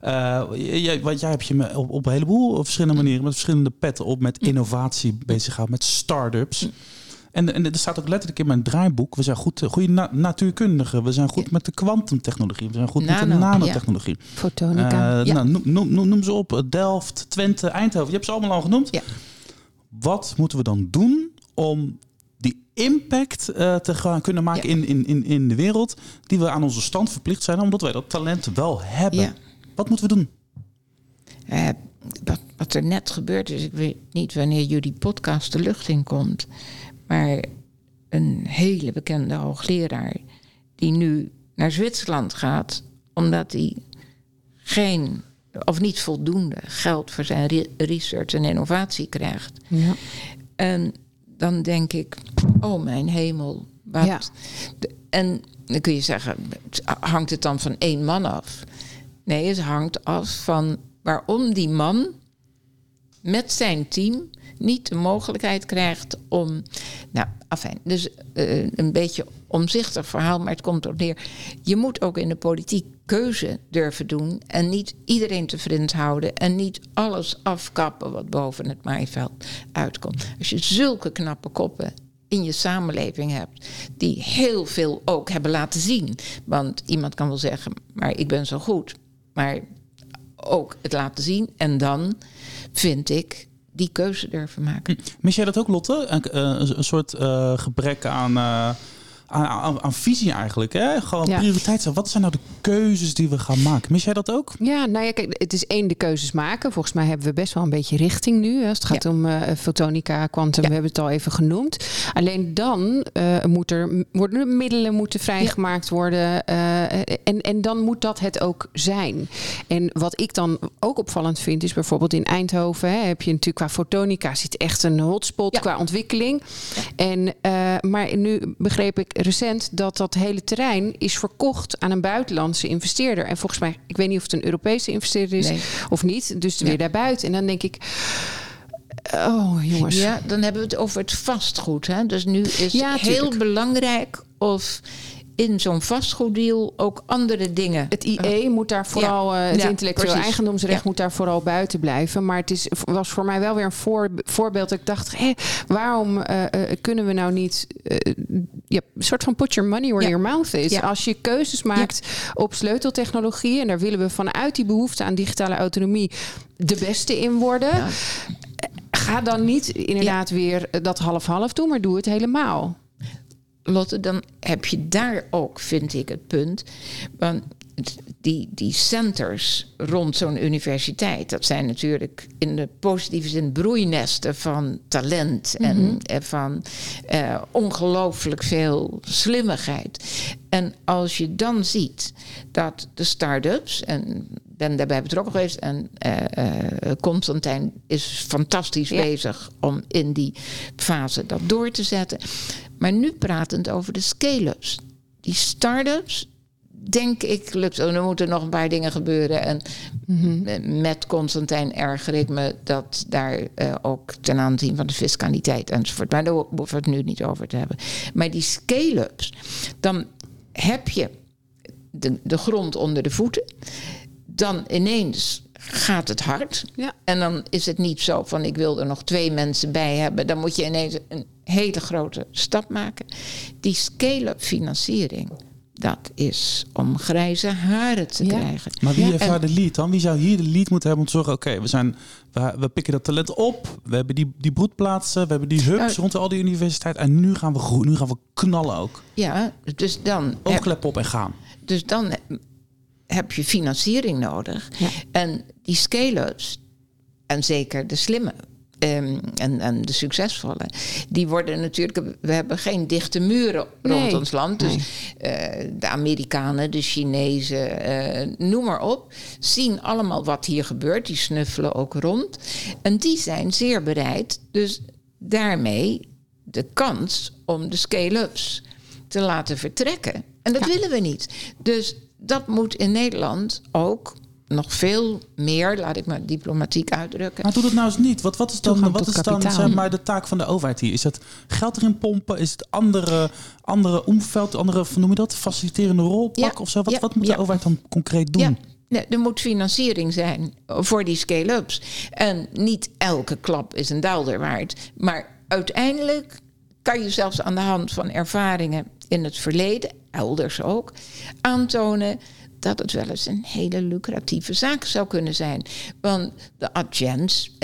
Jij hebt je op een heleboel verschillende manieren met verschillende petten op met innovatie bezig gehouden, met start-ups. En er staat ook letterlijk in mijn draaiboek, we zijn goede natuurkundigen, we zijn goed met de kwantumtechnologie, we zijn goed met de nanotechnologie. Ja. Fotonica. Noem ze op. Delft, Twente, Eindhoven, je hebt ze allemaal al genoemd. Ja. Wat moeten we dan doen om die impact te gaan kunnen maken in de wereld die we aan onze stand verplicht zijn, omdat wij dat talent wel hebben? Ja. Wat moeten we doen? Wat er net gebeurd is, ik weet niet wanneer jullie podcast de lucht in komt, maar een hele bekende hoogleraar die nu naar Zwitserland gaat omdat hij geen of niet voldoende geld voor zijn research en innovatie krijgt. Ja. En dan denk ik, oh mijn hemel, wat? Ja. En dan kun je zeggen, hangt het dan van 1 man af? Nee, het hangt af van waarom die man met zijn team niet de mogelijkheid krijgt om, dus een beetje omzichtig verhaal, maar het komt erop neer. Je moet ook in de politiek keuze durven doen en niet iedereen te vriend houden en niet alles afkappen wat boven het maaiveld uitkomt. Als je zulke knappe koppen in je samenleving hebt die heel veel ook hebben laten zien, want iemand kan wel zeggen, maar ik ben zo goed, maar ook het laten zien en dan vind ik die keuze durven maken. Mis jij dat ook, Lotte? Een soort gebrek aan aan visie eigenlijk. Hè? Gewoon prioriteit. Wat zijn nou de keuzes die we gaan maken? Mis jij dat ook? Ja, nou ja, kijk, het is de keuzes maken. Volgens mij hebben we best wel een beetje richting nu. Als het gaat om fotonica, quantum, we hebben het al even genoemd. Alleen dan worden middelen moeten vrijgemaakt worden. En dan moet dat het ook zijn. En wat ik dan ook opvallend vind, is bijvoorbeeld in Eindhoven heb je natuurlijk qua fotonica zit echt een hotspot qua ontwikkeling. En maar nu begreep ik recent dat hele terrein is verkocht aan een buitenlandse investeerder. En volgens mij, ik weet niet of het een Europese investeerder is of niet. Dus weer daarbuiten. En dan denk ik, oh jongens. Ja, dan hebben we het over het vastgoed. Hè? Dus nu is heel belangrijk of in zo'n vastgoeddeal ook andere dingen. Het IE moet daar vooral, het intellectueel eigendomsrecht moet daar vooral buiten blijven. Maar het was voor mij wel weer een voorbeeld dat ik dacht, waarom kunnen we nou niet een soort van put your money where your mouth is. Ja. Als je keuzes maakt op sleuteltechnologie, en daar willen we vanuit die behoefte aan digitale autonomie de beste in worden. Ja. Ga dan niet inderdaad weer dat half-half doen, maar doe het helemaal. Lotte, dan heb je daar ook, vind ik, het punt. Want die centers rond zo'n universiteit, dat zijn natuurlijk in de positieve zin broeinesten van talent en van ongelooflijk veel slimmigheid. En als je dan ziet dat de start-ups, en ben daarbij betrokken geweest, en Constantijn is fantastisch bezig om in die fase dat door te zetten. Maar nu pratend over de scale-ups. Die start-ups, denk ik, lukt. Er moeten nog een paar dingen gebeuren. En met Constantijn erger ik me dat daar ook ten aanzien van de fiscaliteit enzovoort. Maar daar hoeven we het nu niet over te hebben. Maar die scale-ups, dan heb je de grond onder de voeten. Dan ineens gaat het hard. Ja. En dan is het niet zo van ik wil er nog 2 mensen bij hebben. Dan moet je ineens een hele grote stap maken. Die scale-up financiering, dat is om grijze haren te krijgen. Maar wie heeft daar de lead dan? Wie zou hier de lead moeten hebben om te zorgen, oké, we pikken dat talent op. We hebben die broedplaatsen. We hebben die hubs rond al die universiteit. En nu gaan we knallen ook. Ja, dus dan oogklep op en gaan. Dus dan heb je financiering nodig. Ja. En die scale-ups, en zeker de slimme en de succesvolle, die worden natuurlijk, we hebben geen dichte muren rond ons land. Dus de Amerikanen, de Chinezen, noem maar op, zien allemaal wat hier gebeurt. Die snuffelen ook rond. En die zijn zeer bereid, dus daarmee de kans om de scale-ups te laten vertrekken. En dat willen we niet. Dus dat moet in Nederland ook nog veel meer, laat ik maar diplomatiek uitdrukken. Maar doe dat nou eens niet. Wat is dan zeg maar, de taak van de overheid hier? Is dat geld erin pompen? Is het andere omveld, hoe noem je dat? Faciliterende rol pakken of zo? Wat moet de overheid dan concreet doen? Ja, er moet financiering zijn voor die scale-ups. En niet elke klap is een daalder waard. Maar uiteindelijk kan je zelfs aan de hand van ervaringen in het verleden, elders ook, aantonen dat het wel eens een hele lucratieve zaak zou kunnen zijn. Want de Adjens,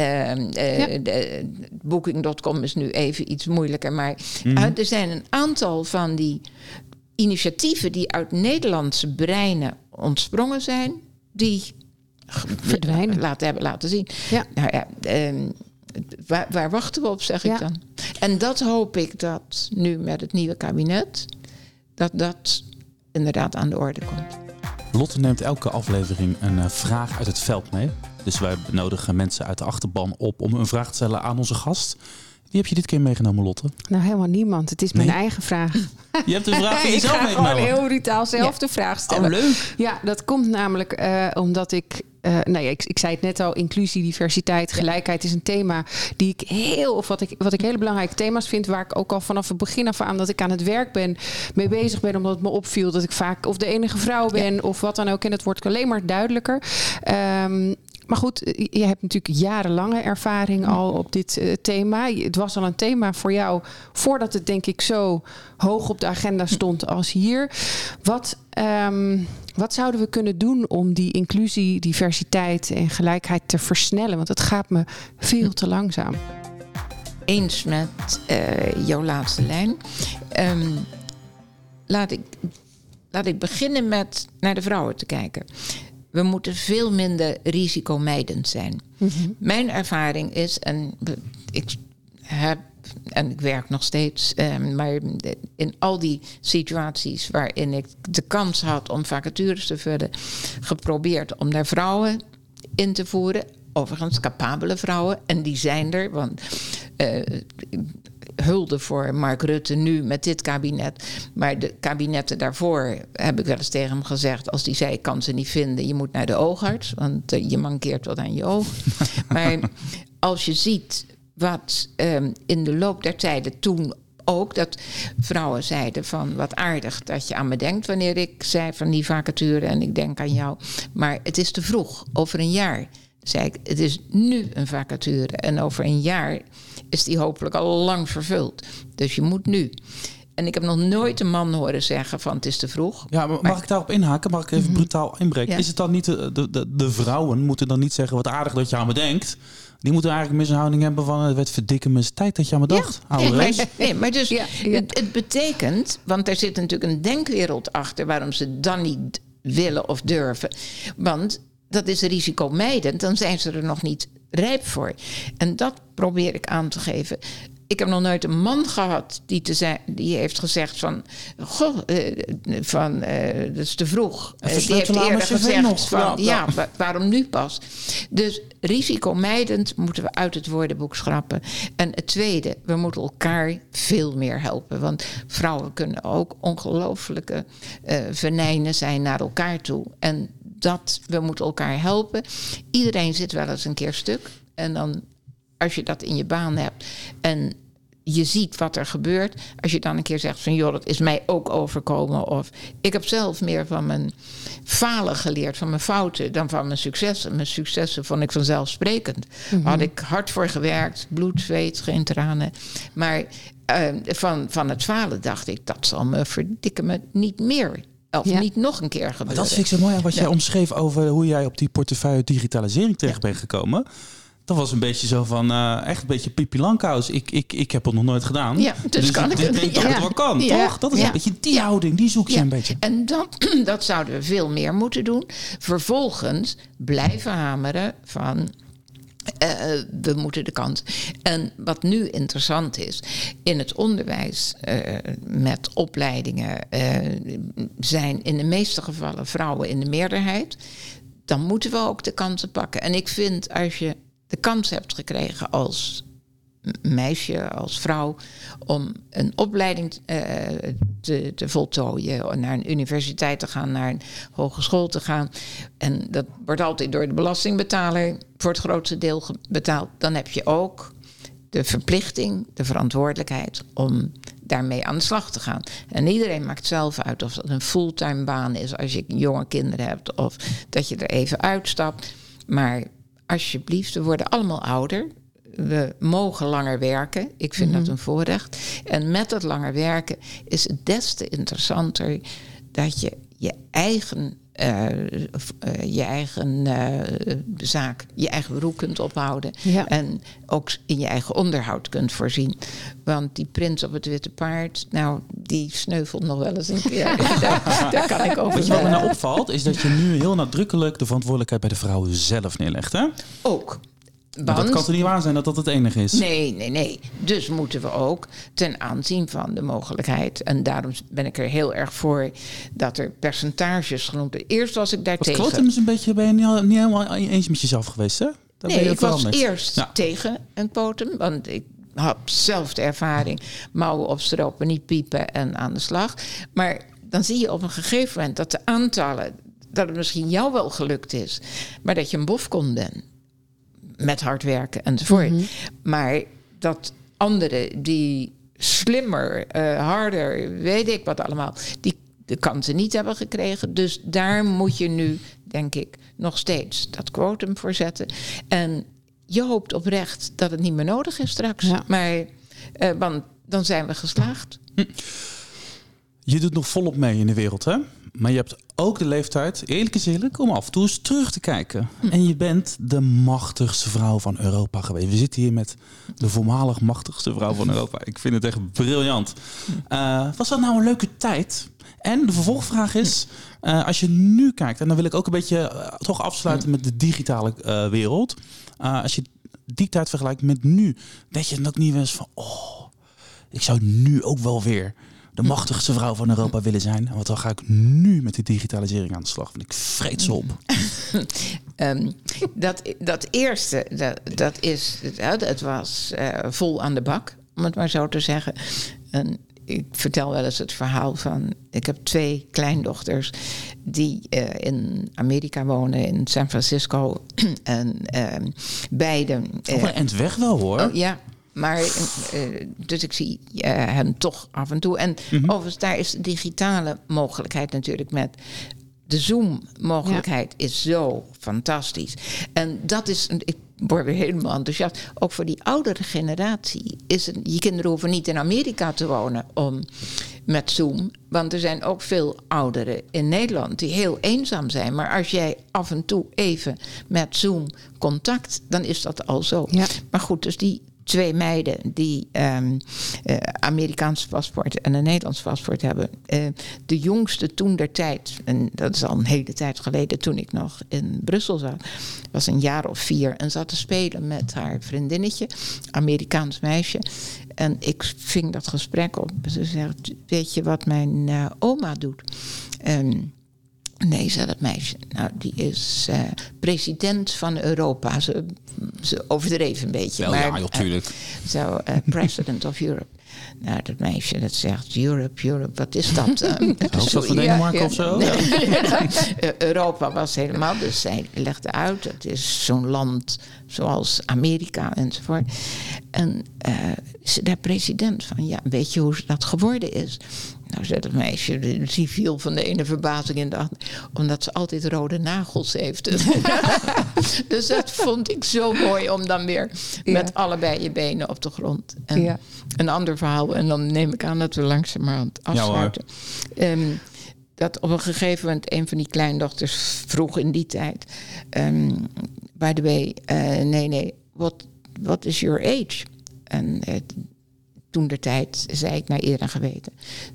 Booking.com is nu even iets moeilijker, maar er zijn een aantal van die initiatieven die uit Nederlandse breinen ontsprongen zijn, die verdwijnen. Laten zien. Ja. Nou ja, waar wachten we op, zeg ik dan? En dat hoop ik dat nu met het nieuwe kabinet, dat inderdaad aan de orde komt. Lotte neemt elke aflevering een vraag uit het veld mee. Dus wij nodigen mensen uit de achterban op om een vraag te stellen aan onze gast. Wie heb je dit keer meegenomen, Lotte? Nou, helemaal niemand. Het is mijn eigen vraag. Je hebt de vraag van jezelf meegenomen? Ik ga gewoon heel brutaal zelf de vraag stellen. Oh, leuk. Ja, dat komt namelijk omdat ik ik zei het net al, inclusie, diversiteit, gelijkheid is een thema die ik wat ik hele belangrijke thema's vind, waar ik ook al vanaf het begin af aan dat ik aan het werk ben, mee bezig ben, omdat het me opviel dat ik vaak of de enige vrouw ben of wat dan ook. En het wordt alleen maar duidelijker. Maar goed, je hebt natuurlijk jarenlange ervaring al op dit thema. Het was al een thema voor jou voordat het denk ik zo hoog op de agenda stond als hier. Wat zouden we kunnen doen om die inclusie, diversiteit en gelijkheid te versnellen? Want het gaat me veel te langzaam. Eens met jouw laatste lijn. laat ik beginnen met naar de vrouwen te kijken. We moeten veel minder risicomijdend zijn. Mm-hmm. Mijn ervaring is, en ik werk nog steeds, maar in al die situaties waarin ik de kans had om vacatures te vullen, geprobeerd om daar vrouwen in te voeren. Overigens capabele vrouwen, en die zijn er, want hulde voor Mark Rutte nu met dit kabinet. Maar de kabinetten daarvoor heb ik wel eens tegen hem gezegd, als die zei, ik kan ze niet vinden, je moet naar de oogarts, want je mankeert wat aan je oog. Maar als je ziet wat in de loop der tijden toen ook, dat vrouwen zeiden van, wat aardig dat je aan me denkt wanneer ik zei van die vacature en ik denk aan jou. Maar het is te vroeg, over een jaar. Zei ik, het is nu een vacature en over een jaar is die hopelijk al lang vervuld. Dus je moet nu. En ik heb nog nooit een man horen zeggen van, het is te vroeg. Ja, maar mag ik daarop inhaken? Mag ik even brutaal inbreken? Ja. Is het dan niet, de vrouwen moeten dan niet zeggen, wat aardig dat je aan me denkt. Die moeten eigenlijk mishouding hebben van, het werd verdikken mijn tijd dat je aan me dacht. Nee, maar dus het betekent, want er zit natuurlijk een denkwereld achter waarom ze dan niet willen of durven. Want dat is risicomijdend, dan zijn ze er nog niet rijp voor. En dat probeer ik aan te geven. Ik heb nog nooit een man gehad die heeft gezegd van, goh, dat is te vroeg. Die heeft eerder gezegd van, waarom nu pas? Dus risicomijdend moeten we uit het woordenboek schrappen. En het tweede, we moeten elkaar veel meer helpen. Want vrouwen kunnen ook ongelooflijke venijnen zijn naar elkaar toe. En we moeten elkaar helpen. Iedereen zit wel eens een keer stuk. En dan, als je dat in je baan hebt en je ziet wat er gebeurt, als je dan een keer zegt van, joh, dat is mij ook overkomen. Of ik heb zelf meer van mijn falen geleerd, van mijn fouten, dan van mijn successen. Mijn successen vond ik vanzelfsprekend. Mm-hmm. Had ik hard voor gewerkt, bloed, zweet, geen tranen. Maar van het falen dacht ik, dat zal me verdikken me niet meer. Of niet nog een keer gebeuren. Maar dat vind ik zo mooi aan wat jij omschreef over hoe jij op die portefeuille digitalisering terecht bent gekomen. Dat was een beetje zo van, echt een beetje Pipi Langkous. Ik heb het nog nooit gedaan. Ja, dus kan ik denk dat het wel kan, toch? Dat is een beetje die houding, die zoek je een beetje. En dat zouden we veel meer moeten doen. Vervolgens blijven hameren van, we moeten de kans. En wat nu interessant is, in het onderwijs met opleidingen zijn in de meeste gevallen vrouwen in de meerderheid. Dan moeten we ook de kansen pakken. En ik vind, als je de kans hebt gekregen als meisje, als vrouw, om een opleiding te voltooien, naar een universiteit te gaan, naar een hogeschool te gaan. En dat wordt altijd door de belastingbetaler voor het grootste deel betaald. Dan heb je ook de verplichting, de verantwoordelijkheid om daarmee aan de slag te gaan. En iedereen maakt zelf uit of dat een fulltime baan is als je jonge kinderen hebt of dat je er even uitstapt. Maar alsjeblieft, we worden allemaal ouder. We mogen langer werken. Ik vind dat een voorrecht. En met dat langer werken is het des te interessanter dat je je eigen zaak, je eigen beroep kunt ophouden. Ja. En ook in je eigen onderhoud kunt voorzien. Want die prins op het witte paard, nou, die sneuvelt nog wel eens een keer. daar kan ik over. Wat me nou opvalt, is dat je nu heel nadrukkelijk de verantwoordelijkheid bij de vrouwen zelf neerlegt, hè? Ook. Maar dat kan toch niet waar zijn dat dat het enige is? Nee. Dus moeten we ook ten aanzien van de mogelijkheid. En daarom ben ik er heel erg voor dat er percentages genoemd worden. Eerst was ik daar tegen. Quotum is een beetje, ben je niet helemaal eens met jezelf geweest, hè? Ik was eerst tegen een quotum. Want ik had zelf de ervaring, mouwen opstropen, niet piepen en aan de slag. Maar dan zie je op een gegeven moment dat de aantallen, dat het misschien jou wel gelukt is, maar dat je een bofkon bent. Met hard werken enzovoort. Mm-hmm. Maar dat anderen die slimmer, harder, weet ik wat allemaal, die de kansen niet hebben gekregen. Dus daar moet je nu, denk ik, nog steeds dat quotum voor zetten. En je hoopt oprecht dat het niet meer nodig is straks. Ja. Maar want dan zijn we geslaagd. Je doet nog volop mee in de wereld, hè? Maar je hebt ook de leeftijd, eerlijk is eerlijk, om af en toe eens terug te kijken. En je bent de machtigste vrouw van Europa geweest. We zitten hier met de voormalig machtigste vrouw van Europa. Ik vind het echt briljant. Was dat nou een leuke tijd? En de vervolgvraag is, als je nu kijkt, en dan wil ik ook een beetje toch afsluiten met de digitale wereld. Als je die tijd vergelijkt met nu, weet je dan ook niet eens van, ik zou nu ook wel weer de machtigste vrouw van Europa willen zijn. Want dan ga ik nu met die digitalisering aan de slag. Want ik vreet ze op. Dat eerste, het was vol aan de bak, om het maar zo te zeggen. En ik vertel wel eens het verhaal van, ik heb 2 kleindochters die in Amerika wonen, in San Francisco. En beide... Op een eind weg wel, hoor. Oh, ja. Maar dus ik zie hen toch af en toe. En overigens, daar is de digitale mogelijkheid natuurlijk met de Zoom-mogelijkheid is zo fantastisch. En dat is, ik word weer helemaal enthousiast. Ook voor die oudere generatie is het, je kinderen hoeven niet in Amerika te wonen met Zoom. Want er zijn ook veel ouderen in Nederland die heel eenzaam zijn. Maar als jij af en toe even met Zoom contact, dan is dat al zo. Ja. Maar goed, dus die 2 meiden die Amerikaans paspoort en een Nederlands paspoort hebben. De jongste toentertijd, en dat is al een hele tijd geleden toen ik nog in Brussel zat, was een jaar of 4 en zat te spelen met haar vriendinnetje, Amerikaans meisje. En ik ving dat gesprek op. Ze zegt, weet je wat mijn oma doet? Nee, zei dat meisje. Nou, die is president van Europa. Ze overdreven een beetje. Wel, maar, ja, natuurlijk. President of Europe. Nou, dat meisje dat zegt, Europe, wat is dat? Hoofdstad van Denemarken of zo? Europa was helemaal, dus zij legde uit, het is zo'n land zoals Amerika enzovoort. En de president van, ja, weet je hoe dat geworden is? Nou, zei dat meisje, die viel van de ene verbazing in de andere, omdat ze altijd rode nagels heeft. Dus dat vond ik zo mooi om dan weer met allebei je benen op de grond. En een ander verhaal, en dan neem ik aan dat we langzamerhand afsluiten. Dat op een gegeven moment een van die kleindochters vroeg in die tijd, by the way, nee, what is your age? En toen der tijd zei ik naar eer en geweten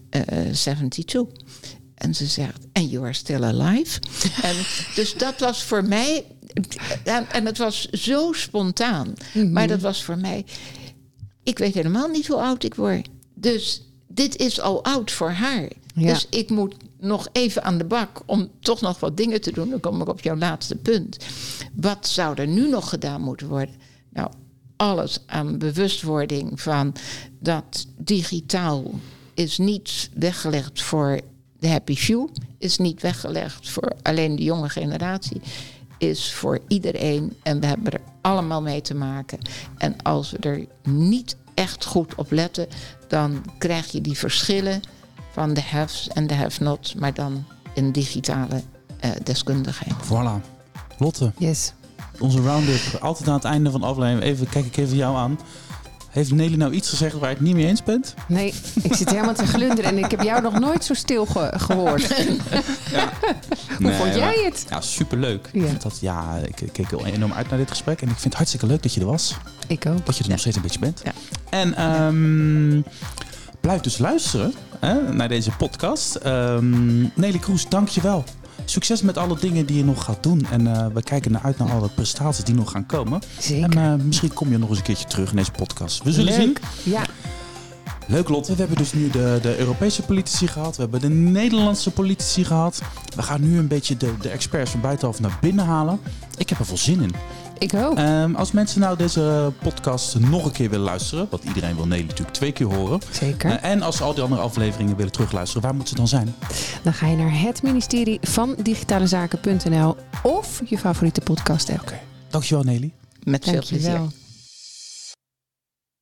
72. En ze zegt, and you are still alive? En dus dat was voor mij, en het was zo spontaan, maar dat was voor mij, ik weet helemaal niet hoe oud ik word. Dus dit is al oud voor haar. Ja. Dus ik moet nog even aan de bak om toch nog wat dingen te doen. Dan kom ik op jouw laatste punt. Wat zou er nu nog gedaan moeten worden? Nou, alles aan bewustwording van dat digitaal is niet weggelegd voor de happy few, is niet weggelegd voor alleen de jonge generatie, is voor iedereen en we hebben er allemaal mee te maken. En als we er niet echt goed op letten, dan krijg je die verschillen van de haves en de have-nots, maar dan in digitale deskundigheid. Voilà. Lotte. Yes. Onze round-up, altijd aan het einde van de aflevering. Kijk ik even jou aan. Heeft Nelly nou iets gezegd waar je het niet mee eens bent? Nee, ik zit helemaal te glunderen en ik heb jou nog nooit zo stil gehoord. Hoe vond jij het? Ja, superleuk. Ja. Ik keek heel enorm uit naar dit gesprek en ik vind het hartstikke leuk dat je er was. Ik ook. Dat je er nog steeds een beetje bent. Ja. En blijf dus luisteren naar deze podcast. Nelly Kroes, dank je wel. Succes met alle dingen die je nog gaat doen. En we kijken uit naar alle prestaties die nog gaan komen. Zeker. En misschien kom je nog eens een keertje terug in deze podcast. We zullen zien. Ja. Leuk, Lotte. We hebben dus nu de Europese politici gehad. We hebben de Nederlandse politici gehad. We gaan nu een beetje de experts van buitenaf naar binnen halen. Ik heb er veel zin in. Ik ook. Als mensen nou deze podcast nog een keer willen luisteren, want iedereen wil Nelly natuurlijk 2 keer horen. Zeker. En als ze al die andere afleveringen willen terugluisteren, waar moeten ze dan zijn? Dan ga je naar het ministerie van digitalezaken.nl of je favoriete podcast app. Oké. Dankjewel, Nelly. Met veel plezier.